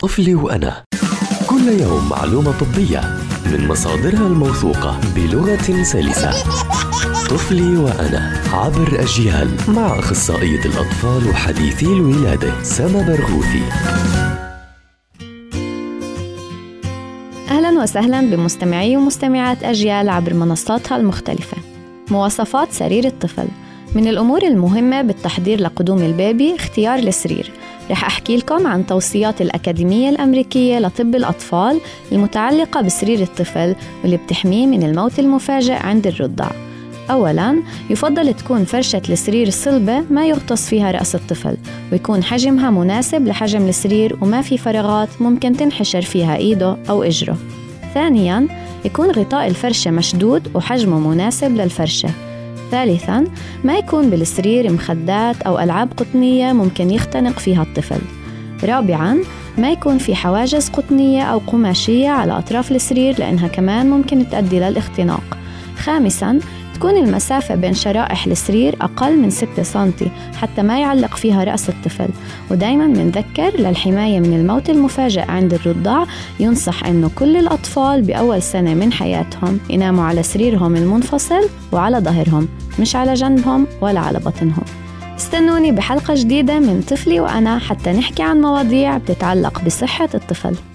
طفلي وأنا، كل يوم معلومة طبية من مصادرها الموثوقة بلغة سلسة. طفلي وأنا عبر أجيال مع أخصائية الأطفال وحديثي الولادة سما برغوثي. أهلاً وسهلاً بمستمعي ومستمعات أجيال عبر منصاتها المختلفة. مواصفات سرير الطفل. من الأمور المهمة بالتحضير لقدوم البيبي اختيار السرير. رح أحكي لكم عن توصيات الأكاديمية الأمريكية لطب الأطفال المتعلقة بسرير الطفل واللي بتحميه من الموت المفاجئ عند الرضع. أولاً، يفضل تكون فرشة السرير صلبة ما يغطس فيها رأس الطفل، ويكون حجمها مناسب لحجم السرير وما في فراغات ممكن تنحشر فيها إيده أو إجره. ثانياً، يكون غطاء الفرشة مشدود وحجمه مناسب للفرشة. ثالثاً، ما يكون بالسرير مخدات أو ألعاب قطنية ممكن يختنق فيها الطفل. رابعاً، ما يكون في حواجز قطنية أو قماشية على أطراف السرير لأنها كمان ممكن تؤدي للاختناق. خامساً، تكون المسافة بين شرائح السرير أقل من 6 سنتي حتى ما يعلق فيها رأس الطفل. ودايماً منذكر للحماية من الموت المفاجئ عند الرضاع ينصح أنه كل الأطفال بأول سنة من حياتهم يناموا على سريرهم المنفصل وعلى ظهرهم، مش على جنبهم ولا على بطنهم. استنوني بحلقة جديدة من طفلي وأنا حتى نحكي عن مواضيع بتتعلق بصحة الطفل.